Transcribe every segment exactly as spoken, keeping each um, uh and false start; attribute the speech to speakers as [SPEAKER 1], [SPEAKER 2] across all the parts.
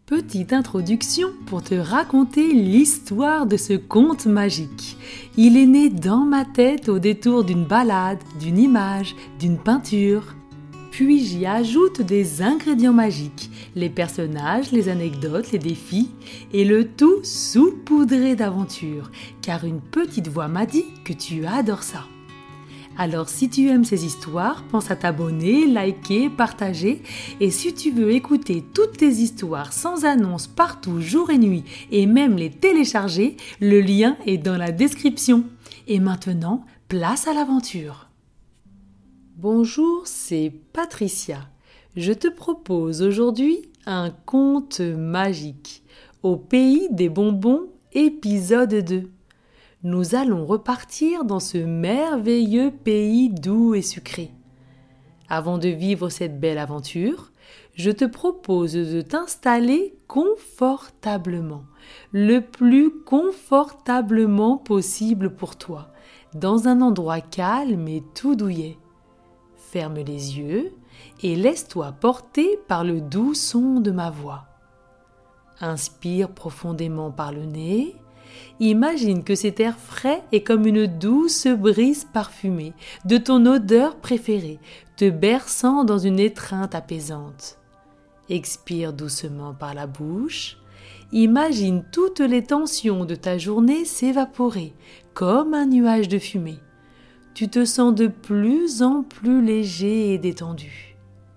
[SPEAKER 1] Petite introduction pour te raconter l'histoire de ce conte magique. Il est né dans ma tête au détour d'une balade, d'une image, d'une peinture. Puis j'y ajoute des ingrédients magiques, les personnages, les anecdotes, les défis, et le tout saupoudré d'aventures, car une petite voix m'a dit que tu adores ça. Alors si tu aimes ces histoires, pense à t'abonner, liker, partager, et si tu veux écouter toutes tes histoires sans annonce partout, jour et nuit, et même les télécharger, le lien est dans la description. Et maintenant, place à l'aventure. Bonjour, c'est Patricia. Je te propose aujourd'hui un conte magique, Au pays des bonbons, épisode deux. Nous allons repartir dans ce merveilleux pays doux et sucré. Avant de vivre cette belle aventure, je te propose de t'installer confortablement, le plus confortablement possible pour toi, dans un endroit calme et tout douillet. Ferme les yeux et laisse-toi porter par le doux son de ma voix. Inspire profondément par le nez. Imagine que cet air frais est comme une douce brise parfumée de ton odeur préférée, te berçant dans une étreinte apaisante. Expire doucement par la bouche. Imagine toutes les tensions de ta journée s'évaporer comme un nuage de fumée. Tu te sens de plus en plus léger et détendu.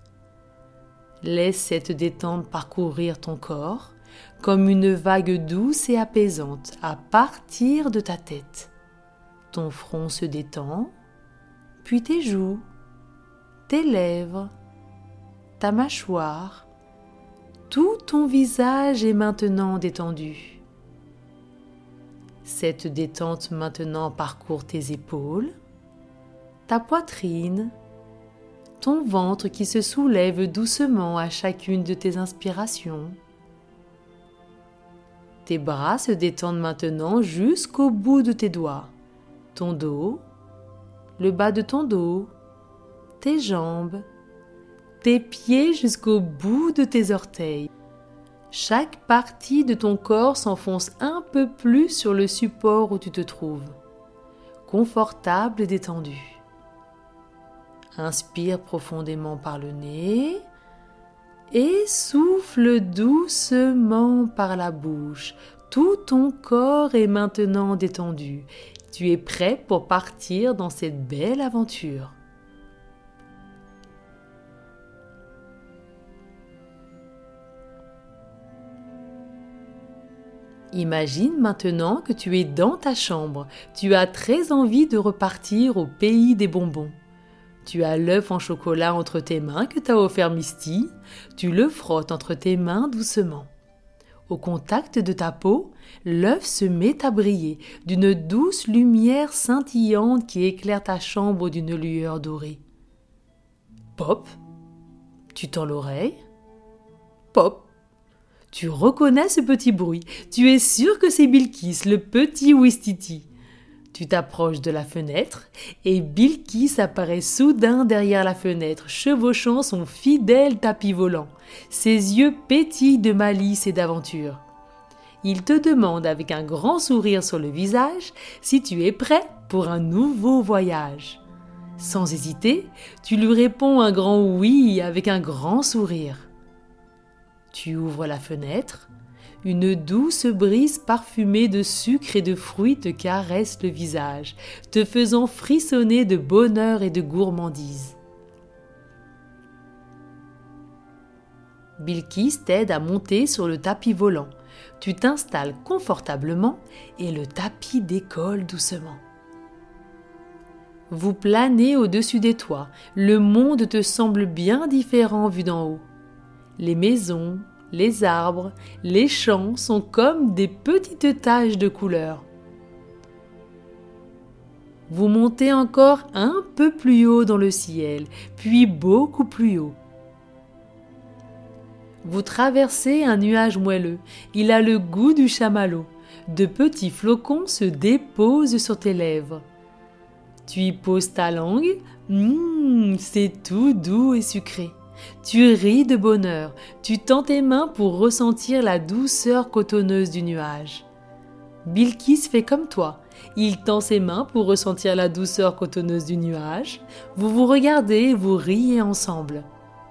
[SPEAKER 1] Laisse cette détente parcourir ton corps comme une vague douce et apaisante à partir de ta tête. Ton front se détend, puis tes joues, tes lèvres, ta mâchoire. Tout ton visage est maintenant détendu. Cette détente maintenant parcourt tes épaules, ta poitrine, ton ventre qui se soulève doucement à chacune de tes inspirations. Tes bras se détendent maintenant jusqu'au bout de tes doigts, ton dos, le bas de ton dos, tes jambes, tes pieds jusqu'au bout de tes orteils. Chaque partie de ton corps s'enfonce un peu plus sur le support où tu te trouves, confortable et détendu. Inspire profondément par le nez et souffle doucement par la bouche. Tout ton corps est maintenant détendu. Tu es prêt pour partir dans cette belle aventure. Imagine maintenant que tu es dans ta chambre. Tu as très envie de repartir au pays des bonbons. Tu as l'œuf en chocolat entre tes mains que t'a offert Misty. Tu le frottes entre tes mains doucement. Au contact de ta peau, l'œuf se met à briller d'une douce lumière scintillante qui éclaire ta chambre d'une lueur dorée. Pop, tu tends l'oreille. Pop, tu reconnais ce petit bruit. Tu es sûr que c'est Bilkis, le petit Ouistiti. Tu t'approches de la fenêtre et Bilkis apparaît soudain derrière la fenêtre, chevauchant son fidèle tapis volant. Ses yeux pétillent de malice et d'aventure. Il te demande avec un grand sourire sur le visage si tu es prêt pour un nouveau voyage. Sans hésiter, tu lui réponds un grand oui avec un grand sourire. Tu ouvres la fenêtre. Une douce brise parfumée de sucre et de fruits te caresse le visage, te faisant frissonner de bonheur et de gourmandise. Bilkis t'aide à monter sur le tapis volant. Tu t'installes confortablement et le tapis décolle doucement. Vous planez au-dessus des toits. Le monde te semble bien différent vu d'en haut. Les maisons, les arbres, les champs sont comme des petites taches de couleur. Vous montez encore un peu plus haut dans le ciel, puis beaucoup plus haut. Vous traversez un nuage moelleux. Il a le goût du chamallow. De petits flocons se déposent sur tes lèvres. Tu y poses ta langue. Mmh, c'est tout doux et sucré. Tu ris de bonheur, tu tends tes mains pour ressentir la douceur cotonneuse du nuage. Bilkis fait comme toi, il tend ses mains pour ressentir la douceur cotonneuse du nuage. Vous vous regardez et vous riez ensemble.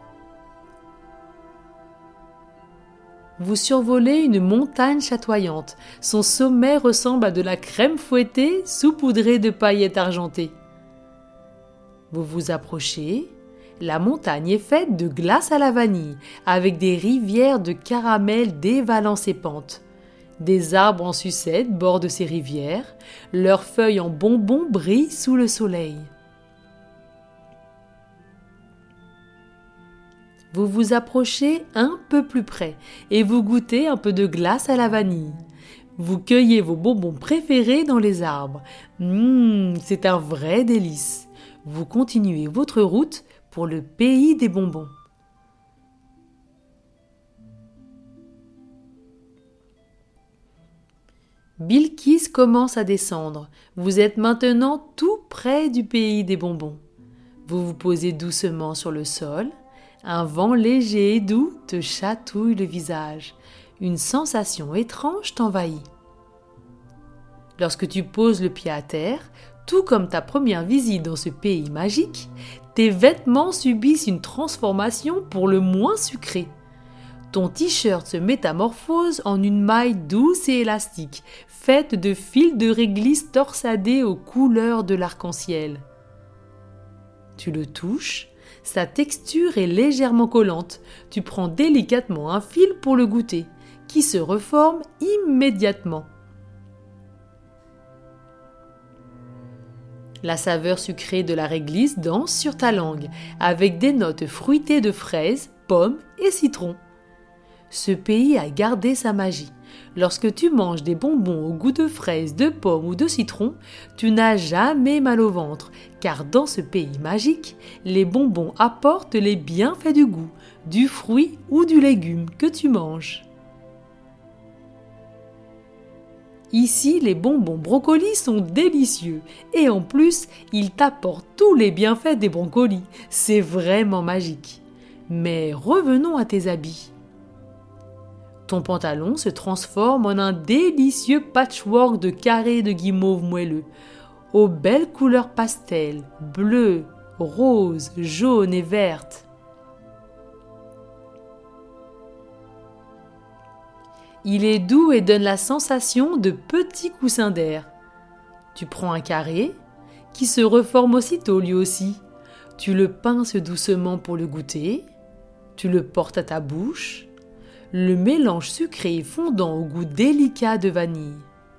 [SPEAKER 1] Vous survolez une montagne chatoyante. Son sommet ressemble à de la crème fouettée saupoudrée de paillettes argentées. Vous vous approchez. La montagne est faite de glace à la vanille, avec des rivières de caramel dévalant ses pentes. Des arbres en sucette bordent ces rivières. Leurs feuilles en bonbons brillent sous le soleil. Vous vous approchez un peu plus près et vous goûtez un peu de glace à la vanille. Vous cueillez vos bonbons préférés dans les arbres. Mmh, c'est un vrai délice. Vous continuez votre route pour le pays des bonbons. Bilkis commence à descendre. Vous êtes maintenant tout près du pays des bonbons. Vous vous posez doucement sur le sol. Un vent léger et doux te chatouille le visage. Une sensation étrange t'envahit. Lorsque tu poses le pied à terre, tout comme ta première visite dans ce pays magique, tes vêtements subissent une transformation pour le moins sucrée. Ton t-shirt se métamorphose en une maille douce et élastique, faite de fils de réglisse torsadés aux couleurs de l'arc-en-ciel. Tu le touches. Sa texture est légèrement collante. Tu prends délicatement un fil pour le goûter, qui se reforme immédiatement. La saveur sucrée de la réglisse danse sur ta langue, avec des notes fruitées de fraises, pommes et citron. Ce pays a gardé sa magie. Lorsque tu manges des bonbons au goût de fraises, de pommes ou de citron, tu n'as jamais mal au ventre, car dans ce pays magique, les bonbons apportent les bienfaits du goût, du fruit ou du légume que tu manges. Ici, les bonbons brocolis sont délicieux et en plus, ils t'apportent tous les bienfaits des brocolis. C'est vraiment magique. Mais revenons à tes habits. Ton pantalon se transforme en un délicieux patchwork de carrés de guimauve moelleux, aux belles couleurs pastel, bleu, rose, jaune et verte. Il est doux et donne la sensation de petits coussins d'air. Tu prends un carré, qui se reforme aussitôt lui aussi. Tu le pinces doucement pour le goûter, tu le portes à ta bouche. Le mélange sucré et fondant au goût délicat de vanille.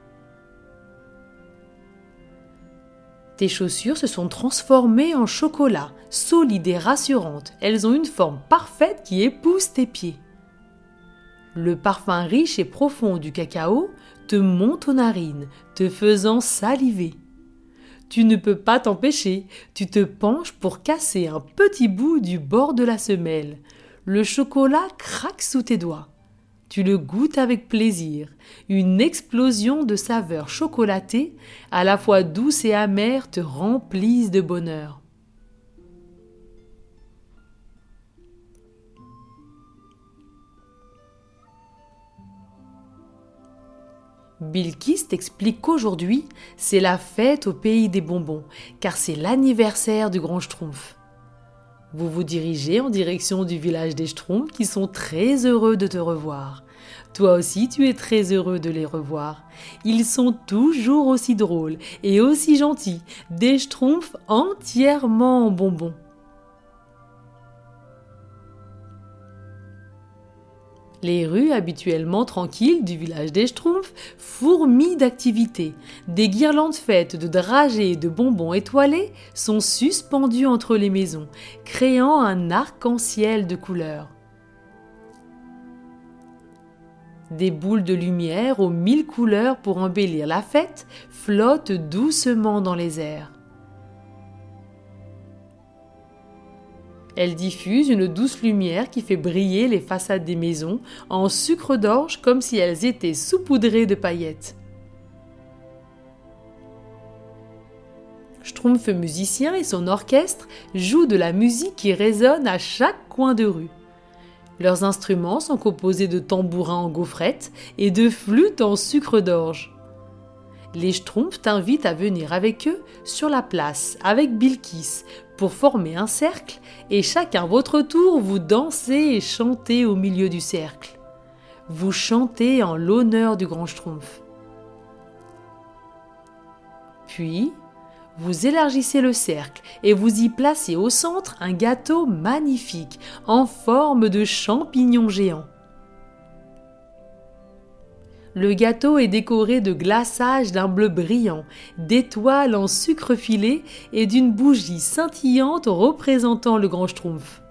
[SPEAKER 1] Tes chaussures se sont transformées en chocolat, solides et rassurantes. Elles ont une forme parfaite qui épouse tes pieds. Le parfum riche et profond du cacao te monte aux narines, te faisant saliver. Tu ne peux pas t'empêcher, tu te penches pour casser un petit bout du bord de la semelle. Le chocolat craque sous tes doigts. Tu le goûtes avec plaisir. Une explosion de saveurs chocolatées, à la fois douces et amères, te remplissent de bonheur. Bilkis t'explique qu'aujourd'hui, c'est la fête au pays des bonbons, car c'est l'anniversaire du grand Schtroumpf. Vous vous dirigez en direction du village des Schtroumpfs qui sont très heureux de te revoir. Toi aussi, tu es très heureux de les revoir. Ils sont toujours aussi drôles et aussi gentils, des Schtroumpfs entièrement en bonbons. Les rues habituellement tranquilles du village des Schtroumpfs fourmillent d'activités. Des guirlandes faites de dragées et de bonbons étoilés sont suspendues entre les maisons, créant un arc-en-ciel de couleurs. Des boules de lumière aux mille couleurs pour embellir la fête flottent doucement dans les airs. Elles diffusent une douce lumière qui fait briller les façades des maisons en sucre d'orge comme si elles étaient saupoudrées de paillettes. Schtroumpf musicien et son orchestre jouent de la musique qui résonne à chaque coin de rue. Leurs instruments sont composés de tambourins en gaufrettes et de flûtes en sucre d'orge. Les Schtroumpfs t'invitent à venir avec eux sur la place avec Bilkis pour former un cercle et chacun votre tour vous dansez et chantez au milieu du cercle. Vous chantez en l'honneur du grand Schtroumpf. Puis, vous élargissez le cercle et vous y placez au centre un gâteau magnifique en forme de champignon géant. Le gâteau est décoré de glaçage d'un bleu brillant, d'étoiles en sucre filé et d'une bougie scintillante représentant le grand Schtroumpf.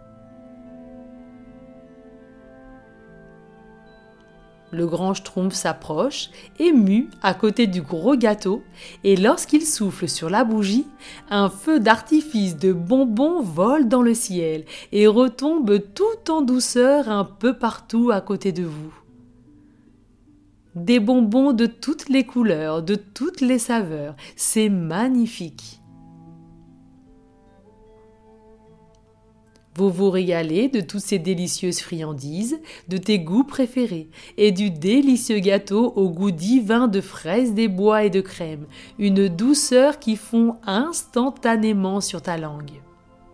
[SPEAKER 1] Le grand Schtroumpf s'approche, ému, à côté du gros gâteau, et lorsqu'il souffle sur la bougie, un feu d'artifice de bonbons vole dans le ciel et retombe tout en douceur un peu partout à côté de vous. Des bonbons de toutes les couleurs, de toutes les saveurs, c'est magnifique. Vous vous régalez de toutes ces délicieuses friandises, de tes goûts préférés et du délicieux gâteau au goût divin de fraises des bois et de crème, une douceur qui fond instantanément sur ta langue.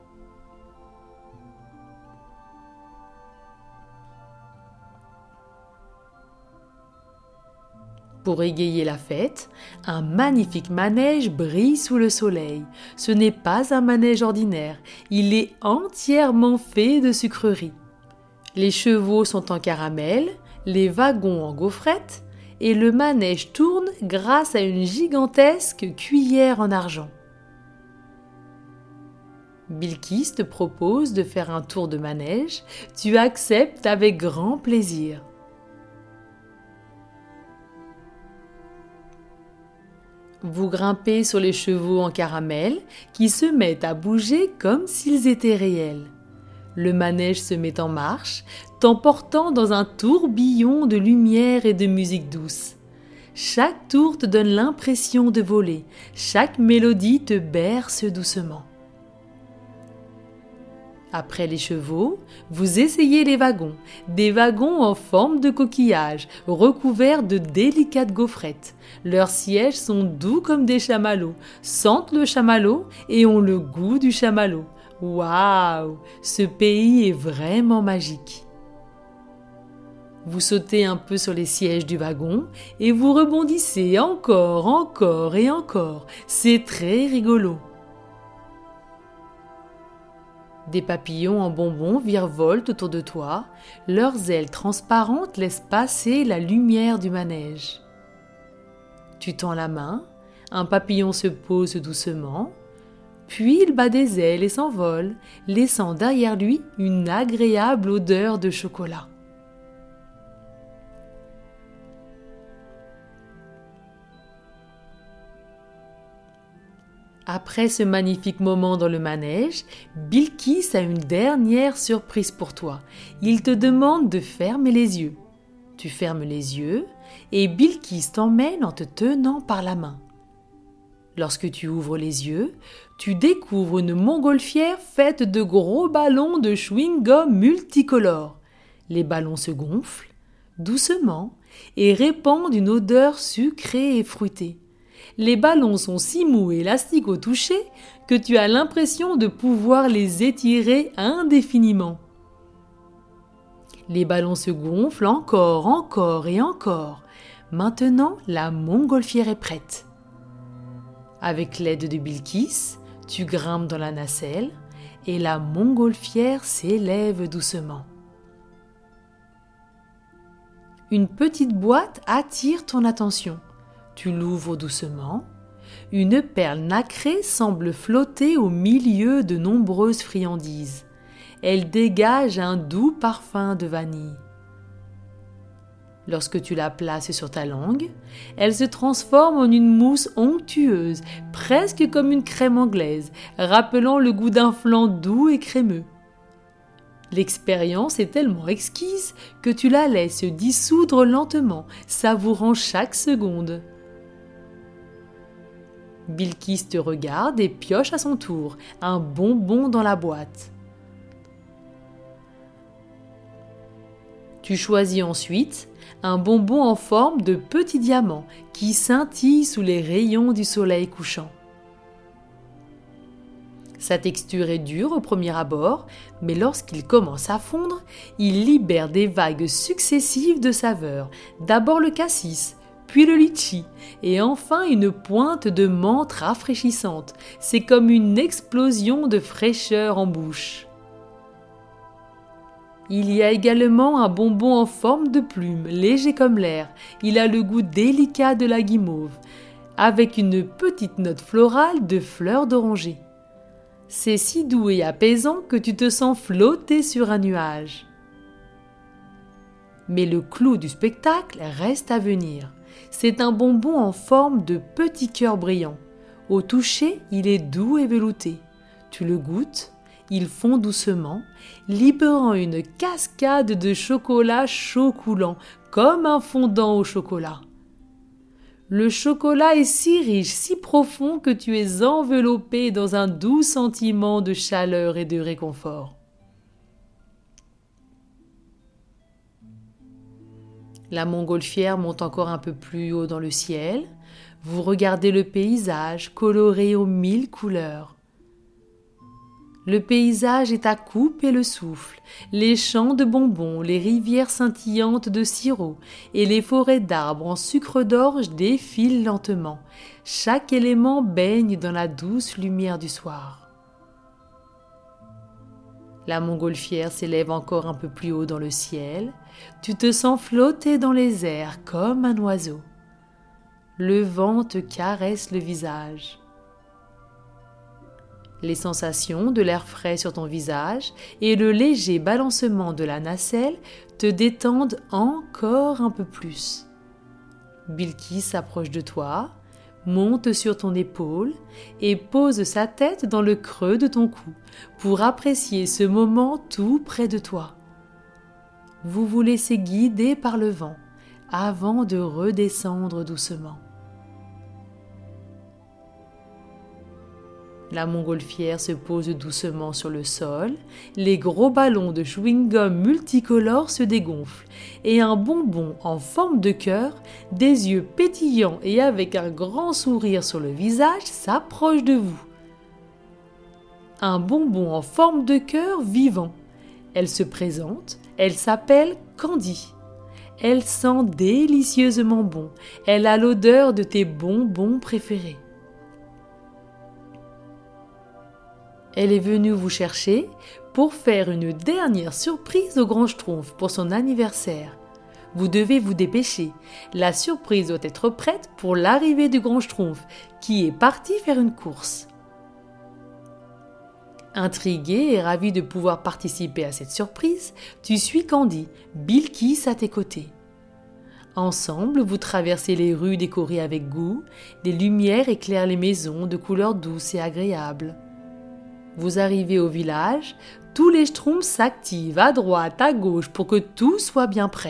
[SPEAKER 1] Pour égayer la fête, un magnifique manège brille sous le soleil. Ce n'est pas un manège ordinaire, il est entièrement fait de sucreries. Les chevaux sont en caramel, les wagons en gaufrettes, et le manège tourne grâce à une gigantesque cuillère en argent. Bilkis te propose de faire un tour de manège, tu acceptes avec grand plaisir. Vous grimpez sur les chevaux en caramel qui se mettent à bouger comme s'ils étaient réels. Le manège se met en marche, t'emportant dans un tourbillon de lumière et de musique douce. Chaque tour te donne l'impression de voler, chaque mélodie te berce doucement. Après les chevaux, vous essayez les wagons, des wagons en forme de coquillage, recouverts de délicates gaufrettes. Leurs sièges sont doux comme des chamallows, sentent le chamallow et ont le goût du chamallow. Waouh! Ce pays est vraiment magique. Vous sautez un peu sur les sièges du wagon et vous rebondissez encore, encore et encore. C'est très rigolo. Des papillons en bonbons virevoltent autour de toi, leurs ailes transparentes laissent passer la lumière du manège. Tu tends la main, un papillon se pose doucement, puis il bat des ailes et s'envole, laissant derrière lui une agréable odeur de chocolat. Après ce magnifique moment dans le manège, Bilkis a une dernière surprise pour toi. Il te demande de fermer les yeux. Tu fermes les yeux et Bilkis t'emmène en te tenant par la main. Lorsque tu ouvres les yeux, tu découvres une montgolfière faite de gros ballons de chewing-gum multicolores. Les ballons se gonflent doucement et répandent une odeur sucrée et fruitée. Les ballons sont si mous et élastiques au toucher que tu as l'impression de pouvoir les étirer indéfiniment. Les ballons se gonflent encore, encore et encore. Maintenant, la montgolfière est prête. Avec l'aide de Bilkis, tu grimpes dans la nacelle et la montgolfière s'élève doucement. Une petite boîte attire ton attention. Tu l'ouvres doucement. Une perle nacrée semble flotter au milieu de nombreuses friandises. Elle dégage un doux parfum de vanille. Lorsque tu la places sur ta langue, elle se transforme en une mousse onctueuse, presque comme une crème anglaise, rappelant le goût d'un flan doux et crémeux. L'expérience est tellement exquise que tu la laisses dissoudre lentement, savourant chaque seconde. Bilkis te regarde et pioche à son tour un bonbon dans la boîte. Tu choisis ensuite un bonbon en forme de petit diamant qui scintille sous les rayons du soleil couchant. Sa texture est dure au premier abord, mais lorsqu'il commence à fondre, il libère des vagues successives de saveurs. D'abord le cassis, puis le litchi, et enfin une pointe de menthe rafraîchissante. C'est comme une explosion de fraîcheur en bouche. Il y a également un bonbon en forme de plume, léger comme l'air. Il a le goût délicat de la guimauve, avec une petite note florale de fleurs d'oranger. C'est si doux et apaisant que tu te sens flotter sur un nuage. Mais le clou du spectacle reste à venir. C'est un bonbon en forme de petit cœur brillant. Au toucher, il est doux et velouté. Tu le goûtes, il fond doucement, libérant une cascade de chocolat chaud coulant, comme un fondant au chocolat. Le chocolat est si riche, si profond que tu es enveloppé dans un doux sentiment de chaleur et de réconfort. La montgolfière monte encore un peu plus haut dans le ciel. Vous regardez le paysage coloré aux mille couleurs. Le paysage est à couper le souffle, les champs de bonbons, les rivières scintillantes de sirop et les forêts d'arbres en sucre d'orge défilent lentement. Chaque élément baigne dans la douce lumière du soir. La montgolfière s'élève encore un peu plus haut dans le ciel. Tu te sens flotter dans les airs comme un oiseau. Le vent te caresse le visage. Les sensations de l'air frais sur ton visage et le léger balancement de la nacelle te détendent encore un peu plus. Bilkis s'approche de toi, monte sur ton épaule et pose sa tête dans le creux de ton cou pour apprécier ce moment tout près de toi. Vous vous laissez guider par le vent avant de redescendre doucement. La montgolfière se pose doucement sur le sol, les gros ballons de chewing-gum multicolores se dégonflent et un bonbon en forme de cœur, des yeux pétillants et avec un grand sourire sur le visage s'approche de vous. Un bonbon en forme de cœur vivant. Elle se présente, elle s'appelle Candy. Elle sent délicieusement bon, elle a l'odeur de tes bonbons préférés. Elle est venue vous chercher pour faire une dernière surprise au Grand Schtroumpf pour son anniversaire. Vous devez vous dépêcher. La surprise doit être prête pour l'arrivée du Grand Schtroumpf, qui est parti faire une course. Intrigué et ravi de pouvoir participer à cette surprise, tu suis Candy, Bilkis à tes côtés. Ensemble, vous traversez les rues décorées avec goût, des lumières éclairent les maisons de couleurs douces et agréables. Vous arrivez au village, tous les schtroumpfs s'activent à droite, à gauche pour que tout soit bien prêt.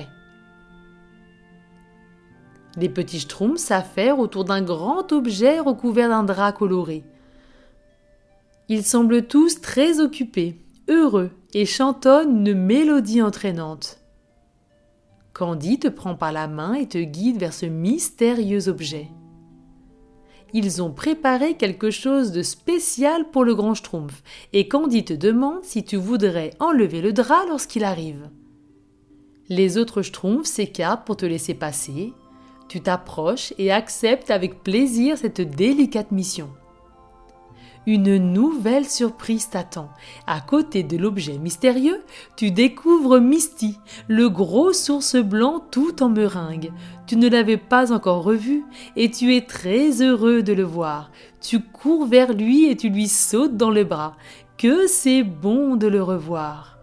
[SPEAKER 1] Les petits schtroumpfs s'affairent autour d'un grand objet recouvert d'un drap coloré. Ils semblent tous très occupés, heureux et chantonnent une mélodie entraînante. Candy te prend par la main et te guide vers ce mystérieux objet. Ils ont préparé quelque chose de spécial pour le Grand Schtroumpf et Candy te demande si tu voudrais enlever le drap lorsqu'il arrive. Les autres Schtroumpfs s'écartent pour te laisser passer. Tu t'approches et acceptes avec plaisir cette délicate mission. Une nouvelle surprise t'attend. À côté de l'objet mystérieux, tu découvres Misty, le gros ours blanc tout en meringue. Tu ne l'avais pas encore revu et tu es très heureux de le voir. Tu cours vers lui et tu lui sautes dans le bras. Que c'est bon de le revoir!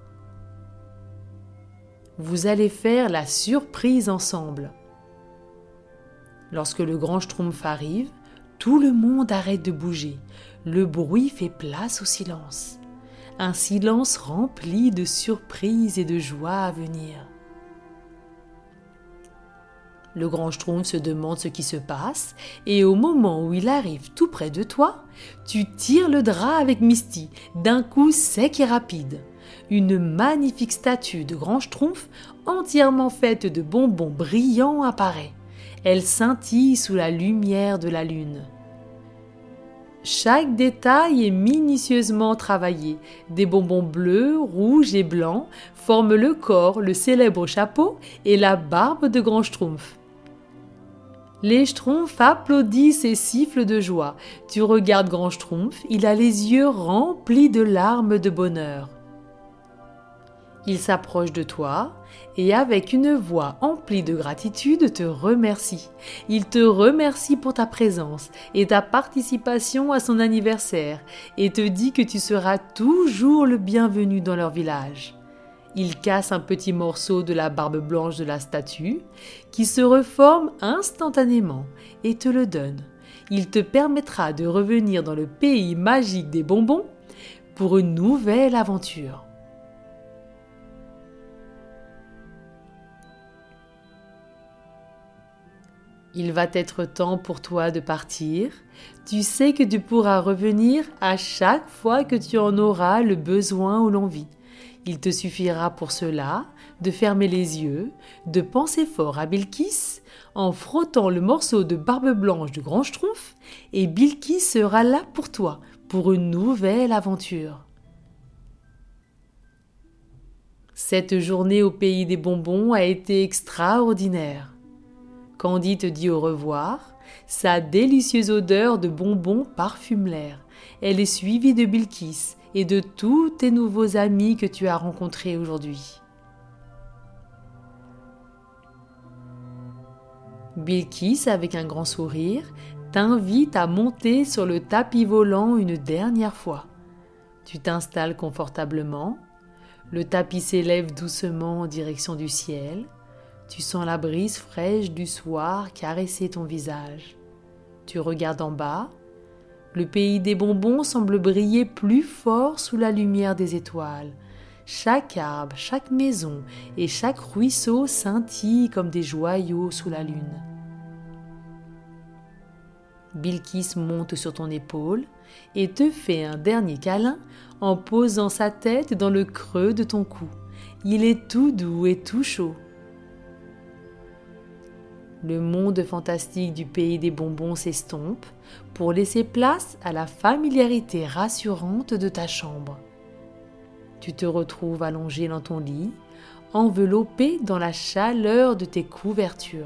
[SPEAKER 1] Vous allez faire la surprise ensemble. Lorsque le Grand Schtroumpf arrive, tout le monde arrête de bouger. Le bruit fait place au silence. Un silence rempli de surprises et de joie à venir. Le grand Schtroumpf se demande ce qui se passe et au moment où il arrive tout près de toi, tu tires le drap avec Misty d'un coup sec et rapide. Une magnifique statue de grand Schtroumpf entièrement faite de bonbons brillants apparaît. Elle scintille sous la lumière de la lune. Chaque détail est minutieusement travaillé. Des bonbons bleus, rouges et blancs forment le corps, le célèbre chapeau et la barbe de grand Schtroumpf. Les Schtroumpfs applaudissent et sifflent de joie. Tu regardes grand Schtroumpf, il a les yeux remplis de larmes de bonheur. Il s'approche de toi et avec une voix emplie de gratitude te remercie. Il te remercie pour ta présence et ta participation à son anniversaire et te dit que tu seras toujours le bienvenu dans leur village. Il casse un petit morceau de la barbe blanche de la statue qui se reforme instantanément et te le donne. Il te permettra de revenir dans le pays magique des bonbons pour une nouvelle aventure. Il va être temps pour toi de partir. Tu sais que tu pourras revenir à chaque fois que tu en auras le besoin ou l'envie. Il te suffira pour cela de fermer les yeux, de penser fort à Bilkis en frottant le morceau de barbe blanche de grand Schtroumpf et Bilkis sera là pour toi, pour une nouvelle aventure. Cette journée au pays des bonbons a été extraordinaire. Candy te dit au revoir. Sa délicieuse odeur de bonbons parfume l'air. Elle est suivie de Bilkis et de tous tes nouveaux amis que tu as rencontrés aujourd'hui. Bilkis, avec un grand sourire, t'invite à monter sur le tapis volant une dernière fois. Tu t'installes confortablement. Le tapis s'élève doucement en direction du ciel. Tu sens la brise fraîche du soir caresser ton visage. Tu regardes en bas. Le pays des bonbons semble briller plus fort sous la lumière des étoiles. Chaque arbre, chaque maison et chaque ruisseau scintille comme des joyaux sous la lune. Bilkis monte sur ton épaule et te fait un dernier câlin en posant sa tête dans le creux de ton cou. Il est tout doux et tout chaud. Le monde fantastique du pays des bonbons s'estompe pour laisser place à la familiarité rassurante de ta chambre. Tu te retrouves allongé dans ton lit, enveloppé dans la chaleur de tes couvertures.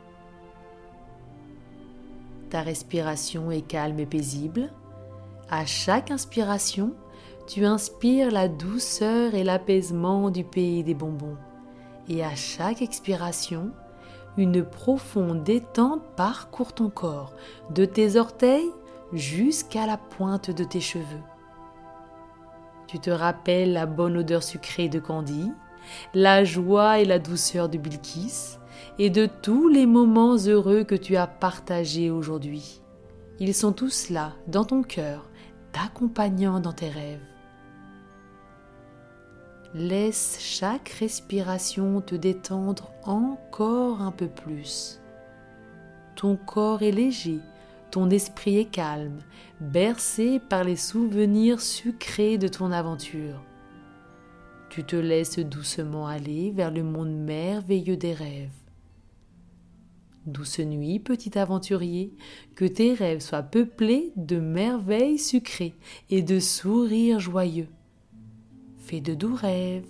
[SPEAKER 1] Ta respiration est calme et paisible. À chaque inspiration, tu inspires la douceur et l'apaisement du pays des bonbons. Et à chaque expiration, une profonde détente parcourt ton corps, de tes orteils jusqu'à la pointe de tes cheveux. Tu te rappelles la bonne odeur sucrée de Candy, la joie et la douceur de Bilkis, et de tous les moments heureux que tu as partagés aujourd'hui. Ils sont tous là, dans ton cœur, t'accompagnant dans tes rêves. Laisse chaque respiration te détendre encore un peu plus. Ton corps est léger, ton esprit est calme, bercé par les souvenirs sucrés de ton aventure. Tu te laisses doucement aller vers le monde merveilleux des rêves. Douce nuit, petit aventurier, que tes rêves soient peuplés de merveilles sucrées et de sourires joyeux. Fais de doux rêves.